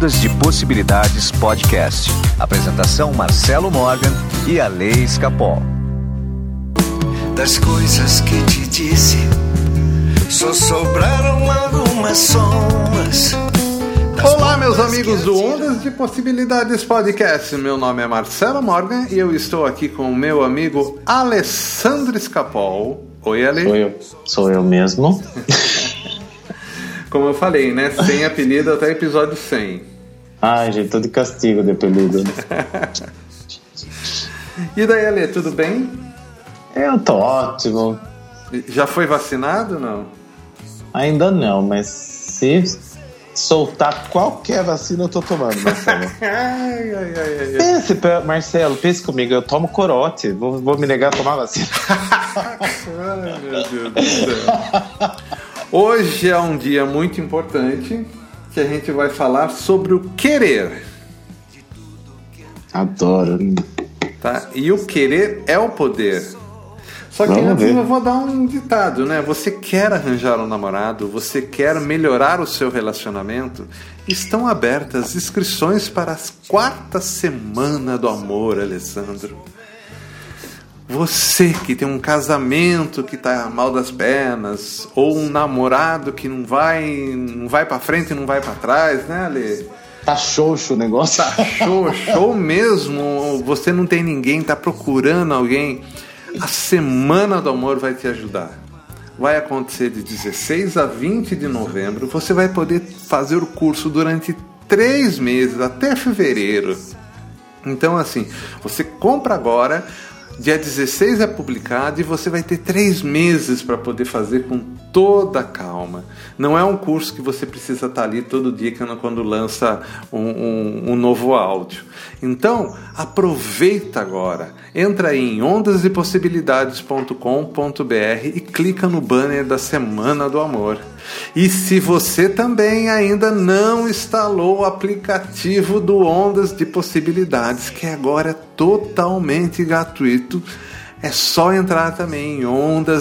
Ondas de Possibilidades Podcast. Apresentação Marcelo Morgan e Ale Escapol. Das coisas que te disse, só sobraram algumas sombras. Olá, meus amigos do Ondas de Possibilidades Podcast. Meu nome é Marcelo Morgan e eu estou aqui com o meu amigo Alessandro Escapol. Oi, Ale. Sou eu mesmo. Como eu falei, né? Sem apelido até episódio 100. Ai, gente, tô de castigo de apelido. E daí, Ale, tudo bem? Eu tô ótimo. Já foi vacinado ou não? Ainda não, mas se soltar qualquer vacina eu tô tomando, Marcelo. Pense comigo, eu tomo corote. Vou me negar a tomar vacina. Ai, meu Deus do céu. Hoje é um dia muito importante que a gente vai falar sobre o querer. Adoro. Tá? E o querer é o poder. Só que antes eu vou dar um ditado, né? Você quer arranjar um namorado? Você quer melhorar o seu relacionamento? Estão abertas inscrições para a 4ª semana do amor, Alessandro. Você que tem um casamento que tá mal das pernas, ou um namorado que não vai pra frente e não vai pra trás, né, Ale? Tá xoxo o negócio. Tá show mesmo. Você não tem ninguém, tá procurando alguém. A Semana do Amor vai te ajudar. Vai acontecer de 16 a 20 de novembro. Você vai poder fazer o curso durante 3 meses, até fevereiro. Então, assim, você compra agora. Dia 16 é publicado e você vai ter 3 meses para poder fazer com toda a calma. Não é um curso que você precisa estar ali todo dia quando lança um novo áudio. Então, aproveita agora. Entra aí em ondasdepossibilidades.com.br e clica no banner da Semana do Amor. E se você também ainda não instalou o aplicativo do Ondas de Possibilidades, que agora é totalmente gratuito, é só entrar também em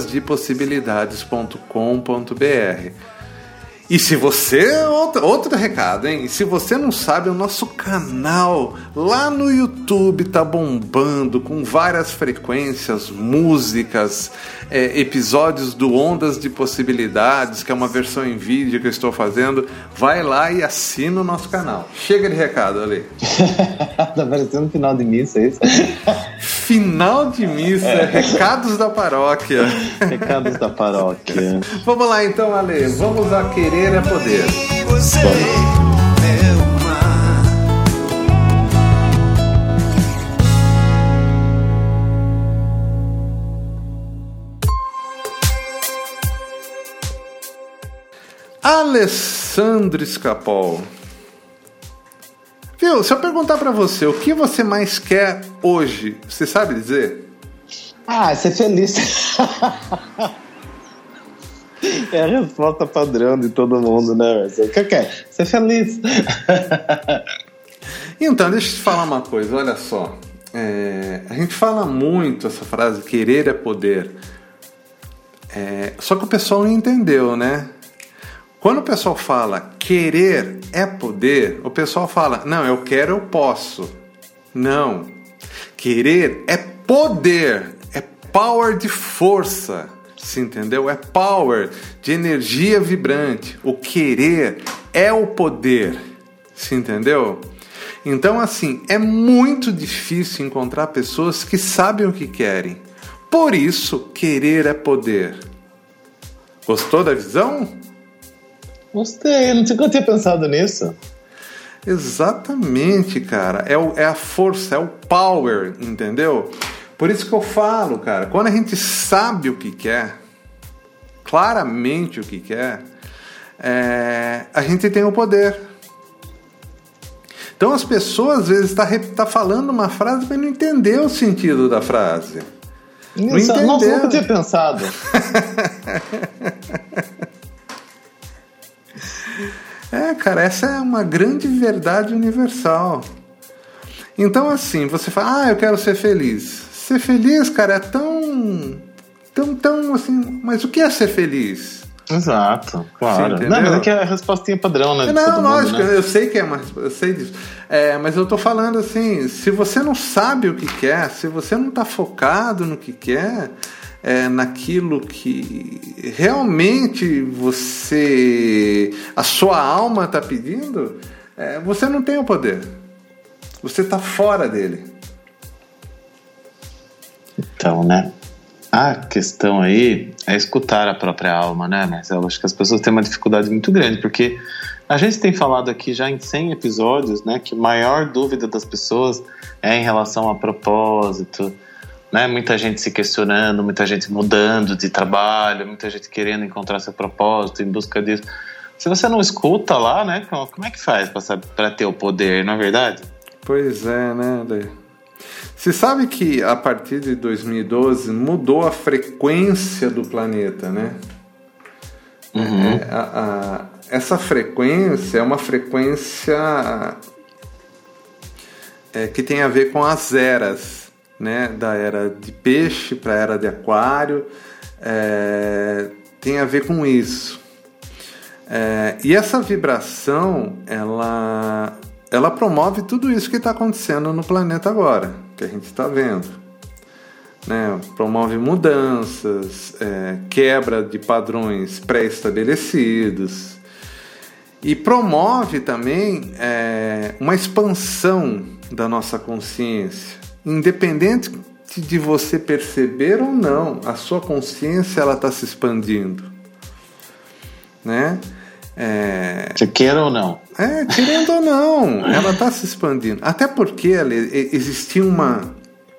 ondasdepossibilidades.com.br. E se você... Outro recado, hein? Se você não sabe, o nosso canal lá no YouTube tá bombando com várias frequências, músicas, episódios do Ondas de Possibilidades, que é uma versão em vídeo que eu estou fazendo. Vai lá e assina o nosso canal. Chega de recado, Ali. Tá parecendo final de missa, é isso? Final de missa, recados da paróquia. Recados da paróquia. Vamos lá então, Ale. Vamos a Querer é Poder. Você é o mar. Alessandro Escapol. Viu, se eu perguntar pra você o que você mais quer hoje, você sabe dizer? Ser feliz. É a resposta padrão de todo mundo, né? O que quer? Ser feliz. Então, deixa eu te falar uma coisa, olha só. A gente fala muito essa frase, querer é poder. Só que o pessoal não entendeu, né? Quando o pessoal fala querer é poder, o pessoal fala, não, eu quero, eu posso. Não. Querer é poder, é power de força. Se entendeu? É power, de energia vibrante. O querer é o poder. Se entendeu? Então, assim, é muito difícil encontrar pessoas que sabem o que querem. Por isso, querer é poder. Gostou da visão? Gostei, nunca tinha pensado nisso. Exatamente, cara. É a força, é o power, entendeu? Por isso que eu falo, cara, quando a gente sabe o que quer, claramente o que quer, a gente tem o poder. Então as pessoas às vezes tá falando uma frase, mas não entendeu o sentido da frase. Não entendeu. Nossa, nunca tinha pensado. Cara, essa é uma grande verdade universal. Então assim, você fala, eu quero ser feliz. Ser feliz, cara, é tão assim, mas o que é ser feliz? Exato, claro. Não, mas é que a respostinha padrão, né? Não, lógico, né? Eu sei que eu sei disso. Mas eu tô falando assim, se você não sabe o que quer, se você não tá focado no que quer, naquilo que realmente a sua alma tá pedindo, você não tem o poder. Você tá fora dele. Então, né? A questão aí é escutar a própria alma, né? Mas eu acho que as pessoas têm uma dificuldade muito grande, porque a gente tem falado aqui já em 100 episódios, né, que a maior dúvida das pessoas é em relação a propósito, né? Muita gente se questionando, muita gente mudando de trabalho, muita gente querendo encontrar seu propósito, em busca disso. Se você não escuta lá, né, como é que faz para ter o poder, não é verdade? Pois é, né, Lê? Você sabe que a partir de 2012 mudou a frequência do planeta, né? Uhum. Essa frequência é uma frequência que tem a ver com as eras, né? Da era de peixe para a era de aquário, tem a ver com isso. E essa vibração, ela promove tudo isso que está acontecendo no planeta agora, que a gente está vendo, né? Promove mudanças, quebra de padrões pré-estabelecidos e promove também uma expansão da nossa consciência, independente de você perceber ou não, a sua consciência ela está se expandindo, né? Você queira ou não? Querendo ou não, ela está se expandindo. Até porque existia uma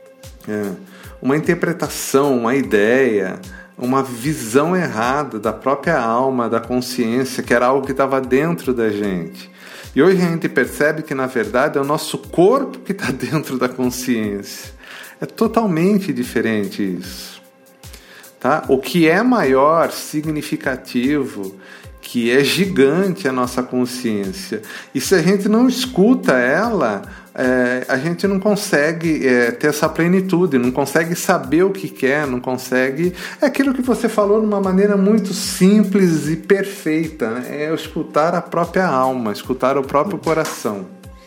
interpretação, uma ideia, uma visão errada da própria alma, da consciência, que era algo que estava dentro da gente. E hoje a gente percebe que, na verdade, é o nosso corpo que está dentro da consciência. É totalmente diferente isso. Tá? O que é maior, significativo, que é gigante a nossa consciência. E se a gente não escuta ela, a gente não consegue ter essa plenitude, não consegue saber o que quer, não consegue... É aquilo que você falou de uma maneira muito simples e perfeita, né? É escutar a própria alma, escutar o próprio coração.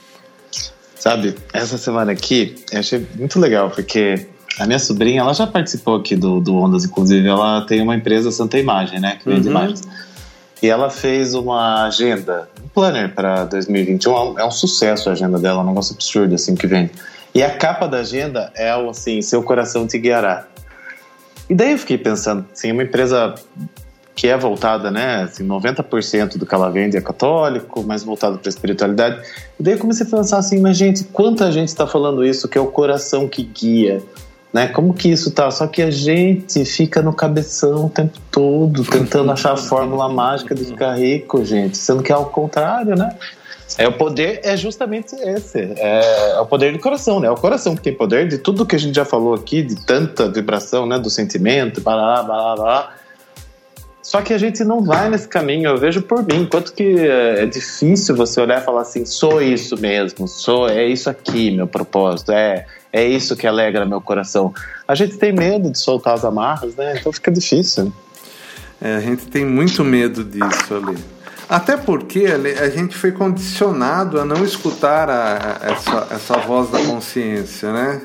Sabe, essa semana aqui eu achei muito legal, porque a minha sobrinha, ela já participou aqui do Ondas, inclusive, ela tem uma empresa Santa Imagem, né, que vende imagens. E ela fez uma agenda, um planner para 2021. É um sucesso a agenda dela, um negócio absurdo assim que vende. E a capa da agenda é assim: seu coração te guiará. E daí eu fiquei pensando, assim, uma empresa que é voltada, né, assim, 90% do que ela vende é católico, mais voltado para a espiritualidade. E daí eu comecei a pensar assim, mas gente, quanta gente está falando isso, que é o coração que guia, né? Como que isso tá? Só que a gente fica no cabeção o tempo todo, tentando achar a fórmula mágica de ficar rico, gente, sendo que é ao contrário, né? O poder é justamente esse, é o poder do coração, né? É o coração que tem poder de tudo que a gente já falou aqui, de tanta vibração, né? Do sentimento, blá, blá, blá. Só que a gente não vai nesse caminho. Eu vejo por mim, quanto que é difícil você olhar e falar assim, sou isso mesmo, é isso aqui meu propósito, é isso que alegra meu coração. A gente tem medo de soltar as amarras, né? Então fica difícil. A gente tem muito medo disso ali. Até porque a gente foi condicionado a não escutar essa voz da consciência, né?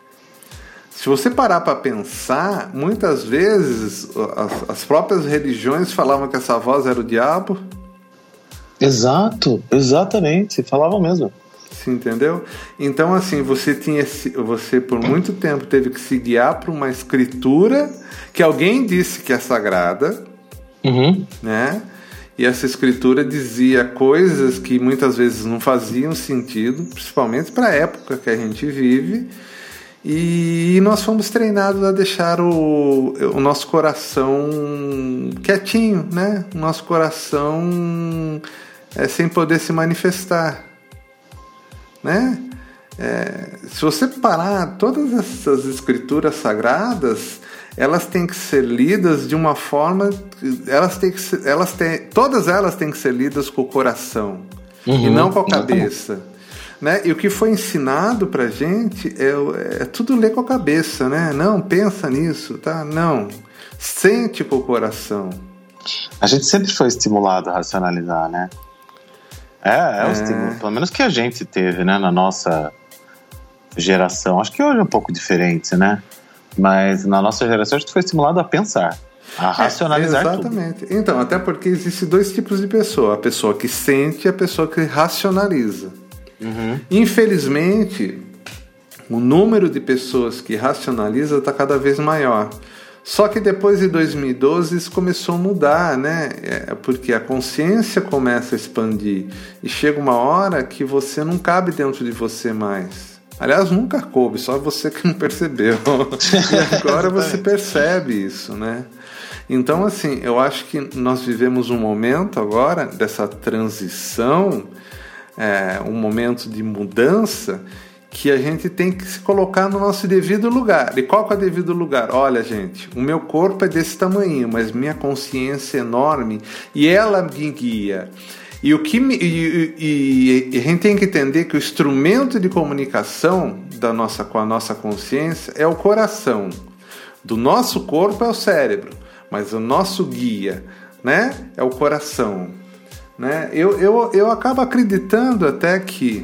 Se você parar para pensar, muitas vezes as próprias religiões falavam que essa voz era o diabo. Exato, exatamente, falavam mesmo. Você entendeu? Então, assim, você por muito tempo teve que se guiar para uma escritura que alguém disse que é sagrada, né? E essa escritura dizia coisas que muitas vezes não faziam sentido, principalmente para a época que a gente vive. E nós fomos treinados a deixar o nosso coração quietinho, né? O nosso coração sem poder se manifestar, né? Se você parar, todas essas escrituras sagradas, elas têm que ser lidas de uma forma, todas elas têm que ser lidas com o coração e não com a cabeça. Né? E o que foi ensinado pra gente é tudo ler com a cabeça, né? Não, pensa nisso, tá? Não, sente com o coração, A gente sempre foi estimulado a racionalizar, né? O estímulo, pelo menos que a gente teve, né, na nossa geração. Acho que hoje é um pouco diferente, né? Mas na nossa geração a gente foi estimulado a pensar, a racionalizar exatamente. Tudo. Então, até porque existem dois tipos de pessoa. A pessoa que sente e a pessoa que racionaliza. Infelizmente, o número de pessoas que racionaliza está cada vez maior. Só que depois de 2012 isso começou a mudar, né? Porque a consciência começa a expandir e chega uma hora que você não cabe dentro de você mais. Aliás, nunca coube, só você que não percebeu. E agora você percebe isso, né? Então, assim, eu acho que nós vivemos um momento agora dessa transição, um momento de mudança, que a gente tem que se colocar no nosso devido lugar. E qual que é o devido lugar? Olha, gente, o meu corpo é desse tamanho, mas minha consciência é enorme e ela me guia. E a gente tem que entender que o instrumento de comunicação com a nossa consciência é o coração. Do nosso corpo é o cérebro, mas o nosso guia, né, é o coração. Né? Eu acabo acreditando até que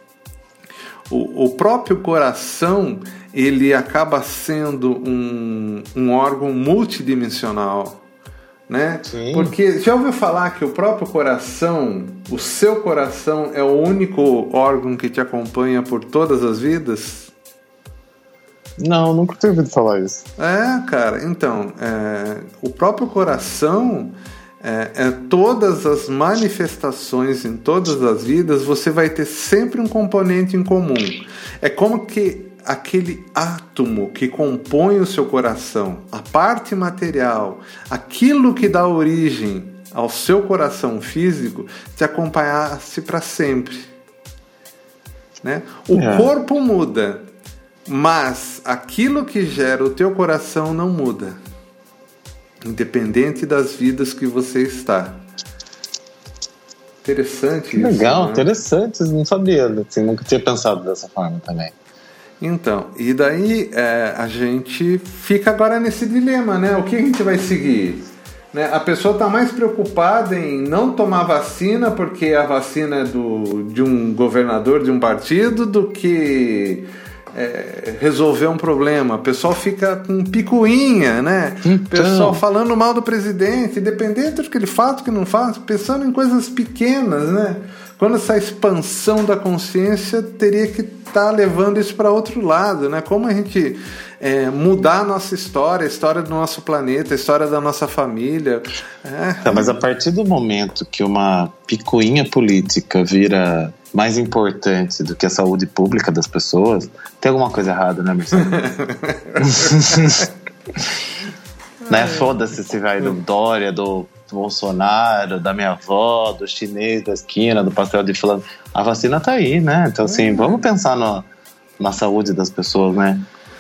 o próprio coração ele acaba sendo um órgão multidimensional, né? Sim. Porque já ouviu falar que o próprio coração, o seu coração é o único órgão que te acompanha por todas as vidas? Não, nunca tinha ouvido falar isso. Cara, então, o próprio coração, todas as manifestações em todas as vidas, você vai ter sempre um componente em comum. É como que aquele átomo que compõe o seu coração, a parte material, aquilo que dá origem ao seu coração físico, te acompanhasse para sempre. Né? O corpo muda, mas aquilo que gera o teu coração não muda, independente das vidas que você está. Interessante isso. Legal, né? Interessante, não sabia, assim, nunca tinha pensado dessa forma também. Então, e daí a gente fica agora nesse dilema, né? O que a gente vai seguir? Né? A pessoa está mais preocupada em não tomar vacina porque a vacina é de um governador de um partido do que resolver um problema. O pessoal fica com picuinha, né? O pessoal falando mal do presidente, independente do que ele faz, do que não faz, pensando em coisas pequenas, né? Quando essa expansão da consciência teria que estar levando isso para outro lado, né? Como a gente mudar a nossa história, a história do nosso planeta, a história da nossa família. Mas a partir do momento que uma picuinha política vira mais importante do que a saúde pública das pessoas, tem alguma coisa errada, né, Marcelo? Né? Foda-se se vai do Dória, do Bolsonaro, da minha avó, do chinês da esquina, do pastel de fulano. A vacina tá aí, né? Então, assim, vamos pensar na saúde das pessoas, né?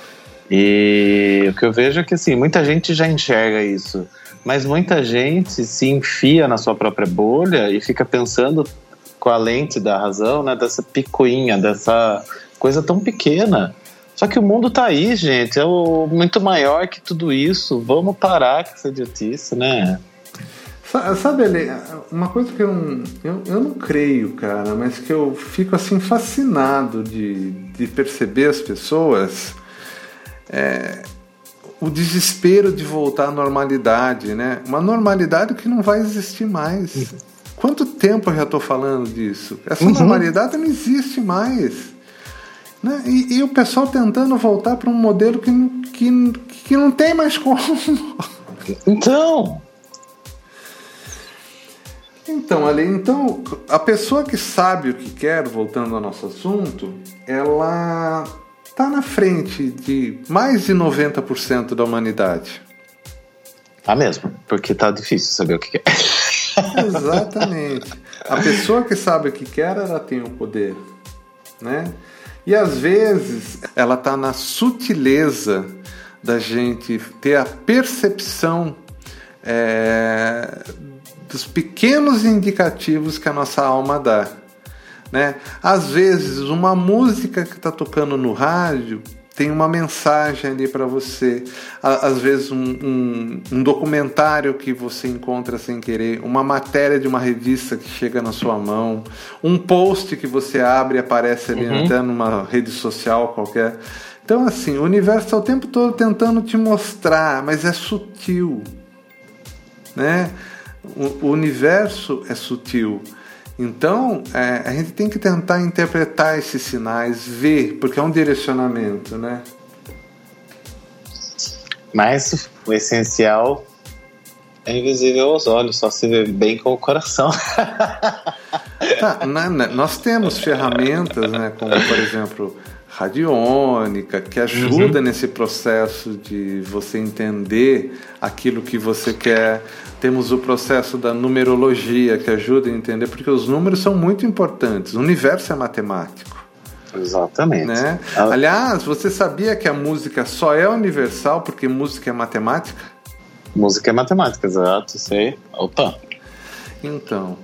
E o que eu vejo é que, assim, muita gente já enxerga isso, mas muita gente se enfia na sua própria bolha e fica pensando com a lente da razão, né? Dessa picuinha, dessa coisa tão pequena. Só que o mundo tá aí, gente, é muito maior que tudo isso. Vamos parar com essa idiotice, né? Sabe, Ale, uma coisa que eu não creio, cara, mas que eu fico assim fascinado de perceber as pessoas, o desespero de voltar à normalidade, né? Uma normalidade que não vai existir mais. Quanto tempo eu já estou falando disso? Essa normalidade não existe mais. Né? E o pessoal tentando voltar para um modelo que não tem mais como. Então, Ale, a pessoa que sabe o que quer, voltando ao nosso assunto, ela está na frente de mais de 90% da humanidade. Tá mesmo, porque tá difícil saber o que quer. Exatamente. A pessoa que sabe o que quer, ela tem o poder, né? E às vezes ela está na sutileza da gente ter a percepção dos pequenos indicativos que a nossa alma dá, né? Às vezes uma música que está tocando no rádio tem uma mensagem ali para você. Às vezes um documentário que você encontra sem querer, uma matéria de uma revista que chega na sua mão, um post que você abre e aparece ali até numa rede social qualquer. Então, assim, o universo está o tempo todo tentando te mostrar, mas é sutil, né? O universo é sutil. Então, a gente tem que tentar interpretar esses sinais, ver, porque é um direcionamento, né? Mas o essencial é invisível aos olhos, só se vê bem com o coração. Nós temos ferramentas, né, como, por exemplo, radiônica, que ajuda nesse processo de você entender aquilo que você quer. Temos o processo da numerologia, que ajuda a entender, porque os números são muito importantes. O universo é matemático. Exatamente. Né? Aliás, você sabia que a música só é universal porque música é matemática? Música é matemática, exato, sei. Opa! Então...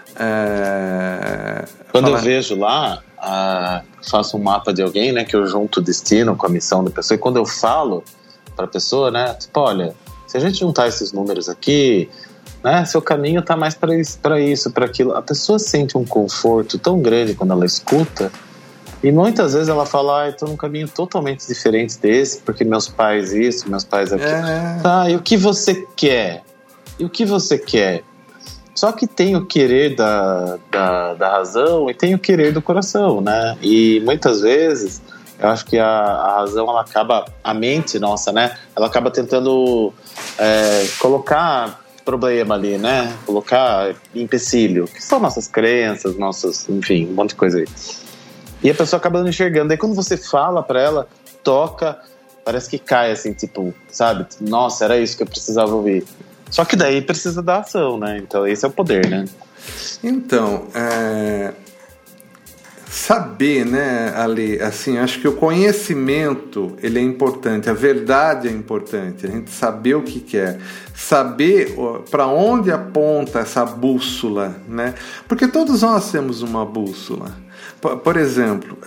Quando eu vejo lá, faço um mapa de alguém, né, que eu junto o destino com a missão da pessoa, e quando eu falo para a pessoa, né, tipo, olha, se a gente juntar esses números aqui, né, seu caminho tá mais para isso, para aquilo. A pessoa sente um conforto tão grande quando ela escuta, e muitas vezes ela fala, eu tô num caminho totalmente diferente desse, porque meus pais isso, meus pais aquilo. Tá, e o que você quer? E o que você quer? Só que tem o querer da razão e tem o querer do coração, né? E muitas vezes eu acho que a razão, ela acaba, a mente nossa, né? Ela acaba tentando colocar problema ali, né? Colocar empecilho, que são nossas crenças, enfim, um monte de coisa aí. E a pessoa acaba não enxergando. Aí quando você fala pra ela, toca, parece que cai assim, tipo, sabe? Nossa, era isso que eu precisava ouvir. Só que daí precisa da ação, né? Então esse é o poder, né? Então, saber, né, Ali, assim, acho que o conhecimento, ele é importante, a verdade é importante, a gente saber o que quer, saber para onde aponta essa bússola, né? Porque todos nós temos uma bússola. Por exemplo,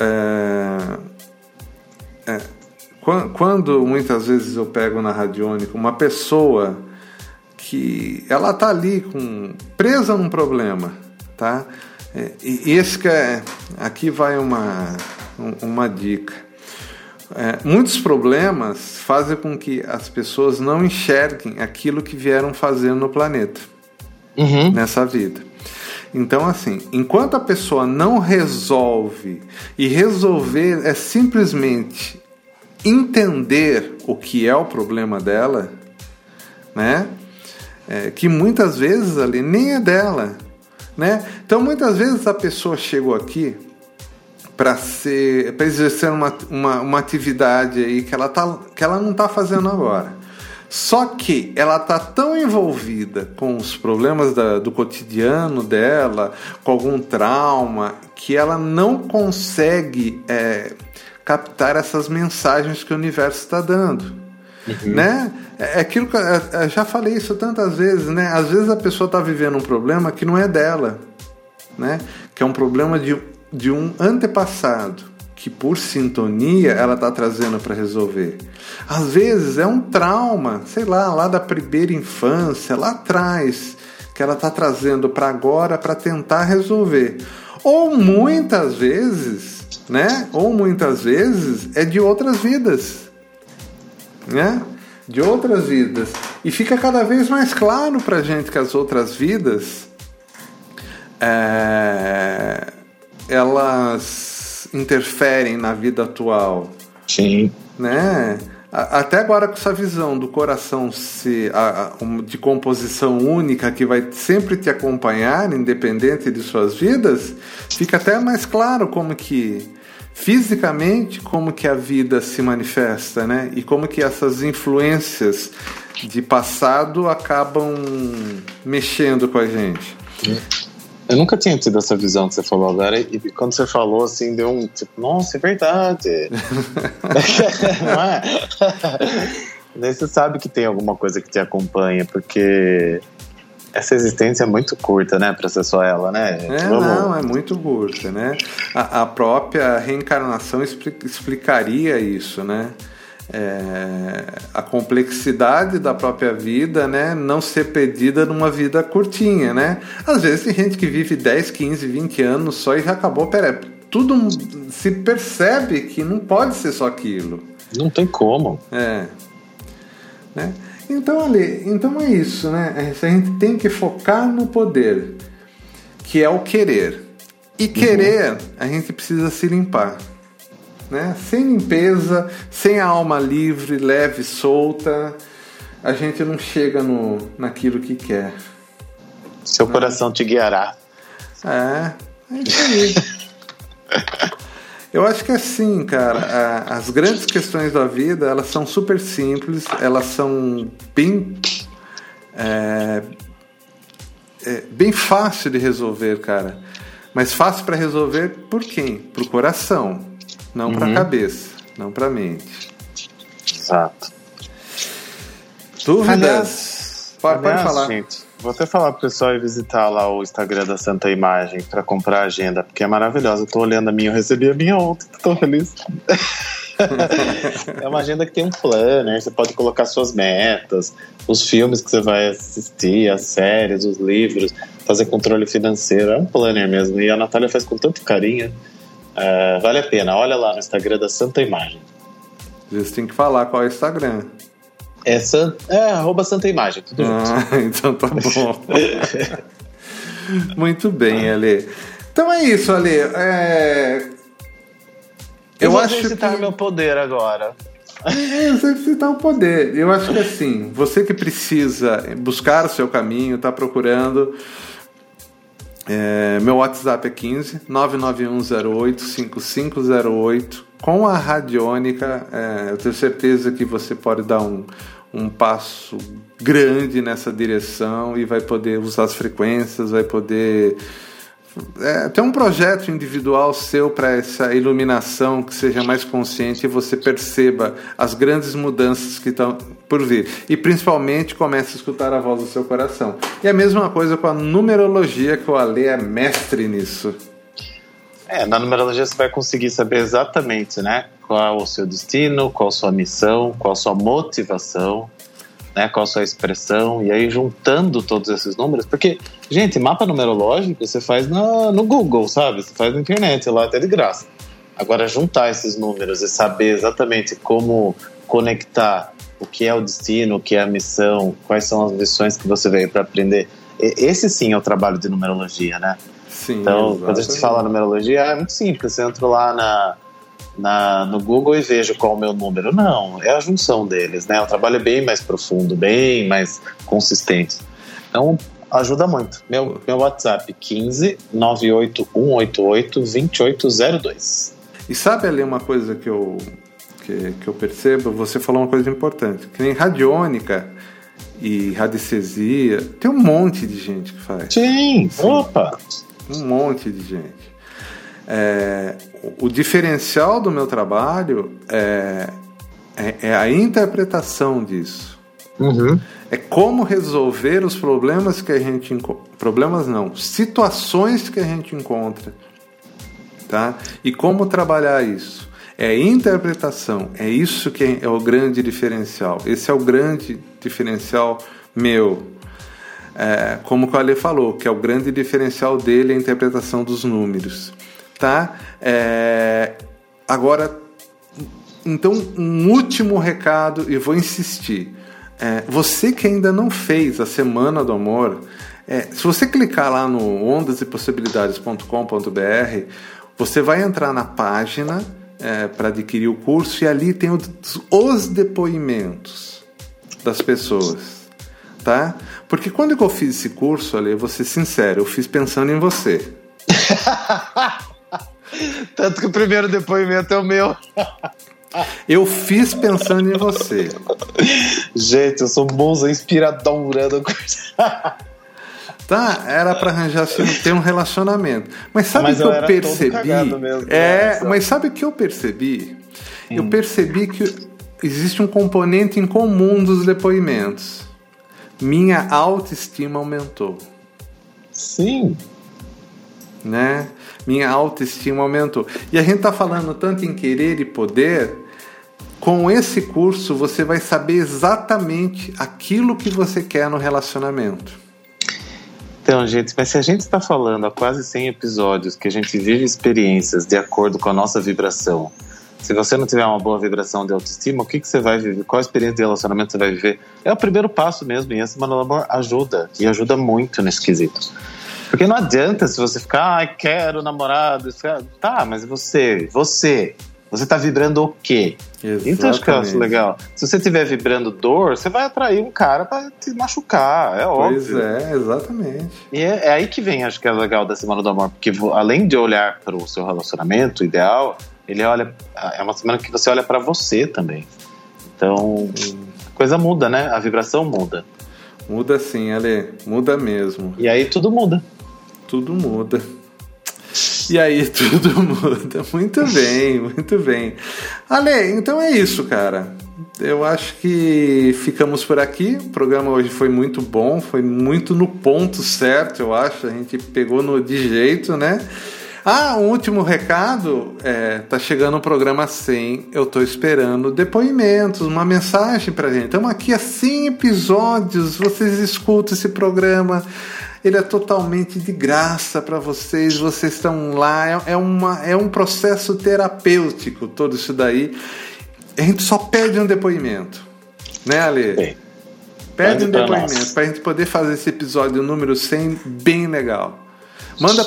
quando muitas vezes eu pego na radiônica uma pessoa que ela tá ali presa num problema, tá? E esse que aqui vai uma dica. Muitos problemas fazem com que as pessoas não enxerguem aquilo que vieram fazendo no planeta, nessa vida. Então, assim, enquanto a pessoa não resolve, e resolver é simplesmente entender o que é o problema dela, né? Que muitas vezes ali nem é dela, né? Então muitas vezes a pessoa chegou aqui para exercer uma atividade aí que ela não está fazendo agora. Só que ela está tão envolvida com os problemas do cotidiano dela, com algum trauma, que ela não consegue captar essas mensagens que o universo está dando. Né? É aquilo que eu já falei isso tantas vezes, né? Às vezes a pessoa está vivendo um problema que não é dela, né? Que é um problema de um antepassado, que por sintonia ela está trazendo para resolver. Às vezes é um trauma, sei lá da primeira infância, lá atrás, que ela está trazendo para agora para tentar resolver. Ou muitas vezes, né? É de outras vidas, né? De outras vidas. E fica cada vez mais claro pra gente que as outras vidas elas interferem na vida atual. Sim. Né? Até agora, com essa visão do coração de composição única, que vai sempre te acompanhar, independente de suas vidas, fica até mais claro como que fisicamente, como que a vida se manifesta, né? E como que essas influências de passado acabam mexendo com a gente. Eu nunca tinha tido essa visão que você falou agora, e quando você falou assim, deu um tipo, nossa, é verdade. Não é? Daí você sabe que tem alguma coisa que te acompanha, porque Essa existência é muito curta, né? Pra ser só ela, né? Não, é muito curta, né? A própria reencarnação explicaria isso, né? A complexidade da própria vida, né? Não ser perdida numa vida curtinha, né? Às vezes tem gente que vive 10, 15, 20 anos só e já acabou, tudo se percebe que não pode ser só aquilo. Não tem como. Né? Então, então é isso, né? A gente tem que focar no poder, que é o querer. E querer, a gente precisa se limpar. Né? Sem limpeza, sem a alma livre, leve, solta, a gente não chega naquilo que quer. Seu coração te guiará. É isso aí. Eu acho que assim, cara, as grandes questões da vida, elas são super simples, elas são bem fácil de resolver, cara. Mas fácil para resolver por quem? Pro coração, não pra cabeça, não pra mente. Exato. Dúvidas? Pode falar. Gente, vou até falar pro pessoal ir visitar lá o Instagram da Santa Imagem para comprar a agenda, porque é maravilhosa. Eu tô olhando a minha, eu recebi a minha ontem, tô feliz. É uma agenda que tem um planner, você pode colocar suas metas, os filmes que você vai assistir, as séries, os livros, fazer controle financeiro. É um planner mesmo, e a Natália faz com tanto carinho. Vale a pena, olha lá no Instagram da Santa Imagem. Você tem que falar qual é o Instagram. É @Santa Imagem, tudo junto. Então tá bom. Muito bem, Ale. Então é isso, Ale. Eu vou exercitar meu poder agora. Você exercitar o poder. Eu acho que assim, você que precisa buscar o seu caminho, está procurando. Meu WhatsApp é 15 99108 5508. Com a radiônica, eu tenho certeza que você pode dar um passo grande nessa direção e vai poder usar as frequências, vai poder ter um projeto individual seu para essa iluminação que seja mais consciente e você perceba as grandes mudanças que estão por vir. E principalmente comece a escutar a voz do seu coração. E a mesma coisa com a numerologia, que o Ale é mestre nisso. Na numerologia você vai conseguir saber exatamente, né, qual o seu destino, qual a sua missão, qual a sua motivação, né, qual a sua expressão, e aí juntando todos esses números, porque, gente, mapa numerológico você faz no Google, sabe? Você faz na internet, lá até de graça. Agora, juntar esses números e saber exatamente como conectar o que é o destino, o que é a missão, quais são as lições que você veio para aprender, esse sim é o trabalho de numerologia, né? Sim, então, exatamente. Quando a gente fala numerologia, é muito simples. Você entra lá no Google e vejo qual é o meu número. Não, é a junção deles, né? O trabalho é bem mais profundo, bem mais consistente. Então, ajuda muito. Meu WhatsApp, 15 98188 2802. E sabe ali uma coisa que eu percebo? Você falou uma coisa importante. Que nem radiônica e radiestesia, tem um monte de gente que faz. Sim. Opa! Um monte de gente. O diferencial do meu trabalho é a interpretação disso. Uhum. É como resolver os problemas que a gente situações que a gente encontra, tá? E como trabalhar isso. É interpretação, é isso que é o grande diferencial. Esse é o grande diferencial meu. Como o Ale falou, que é o grande diferencial dele, a interpretação dos números, tá? Agora, então, um último recado, e vou insistir. Você que ainda não fez a Semana do Amor, se você clicar lá no ondasdepossibilidades.com.br, você vai entrar na página para adquirir o curso, e ali tem os depoimentos das pessoas. Tá? Porque quando eu fiz esse curso, Ale, vou ser sincero, eu fiz pensando em você. Tanto que o primeiro depoimento é o meu. Eu fiz pensando em você. Gente, eu sou musa inspiradora do curso. Tá? Era pra arranjar assim, ter um relacionamento. Mas sabe o que eu percebi? Mesmo, mas sabe o que eu percebi? Eu percebi que existe um componente em comum dos depoimentos. minha autoestima aumentou. Sim. Né? Minha autoestima aumentou. E a gente está falando tanto em querer e poder. Com esse curso você vai saber exatamente aquilo que você quer no relacionamento. Então, gente, mas se a gente está falando há quase 100 episódios que a gente vive experiências de acordo com a nossa vibração, se você não tiver uma boa vibração de autoestima, o que você vai viver? Qual experiência de relacionamento você vai viver? É o primeiro passo mesmo, e a Semana do Amor ajuda, e ajuda muito nesse quesito. Porque não adianta se você ficar, quero namorado, tá, mas você tá vibrando o quê? Exatamente. Então acho que eu acho legal. Se você estiver vibrando dor, você vai atrair um cara pra te machucar, é óbvio. Pois é, exatamente. E é aí que vem, acho que é legal da Semana do Amor, porque além de olhar para o seu relacionamento ideal, ele olha, é uma semana que você olha para você também. Então, a coisa muda, né? A vibração muda. Muda sim, Ale, muda mesmo. E aí tudo muda. Tudo muda. E aí tudo muda. Muito bem, muito bem. Ale, então é isso, cara. Eu acho que ficamos por aqui. O programa hoje foi muito bom, foi muito no ponto certo, eu acho. A gente pegou de jeito, né? Um último recado, tá chegando o programa 100, eu tô esperando depoimentos, uma mensagem pra gente. Estamos aqui há 100 episódios, vocês escutam esse programa, ele é totalmente de graça para vocês estão lá, é um processo terapêutico todo isso daí. A gente só pede um depoimento, né, Ale? Sim. Pede um depoimento pra gente poder fazer esse episódio número 100 bem legal. Manda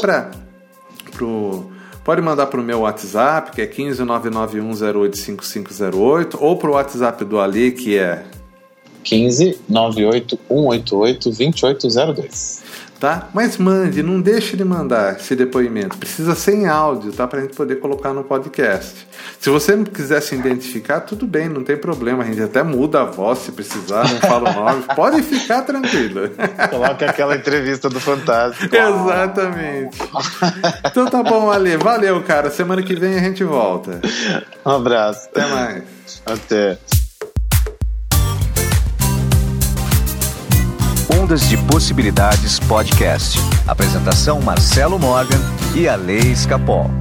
pode mandar pro meu WhatsApp, que é 15991085508, ou pro WhatsApp do Ali, que é 15981882802. Tá? Mas mande, não deixe de mandar esse depoimento. Precisa ser em áudio, tá? Pra gente poder colocar no podcast. Se você não quiser se identificar, tudo bem, não tem problema. A gente até muda a voz se precisar, não fala o nome. Pode ficar tranquilo. Coloca aquela entrevista do Fantástico. Exatamente. Então tá bom, Ale. Valeu, cara. Semana que vem a gente volta. Um abraço. Até mais. Até. Ondas de Possibilidades Podcast. Apresentação Marcelo Morgan e Ale Escapol.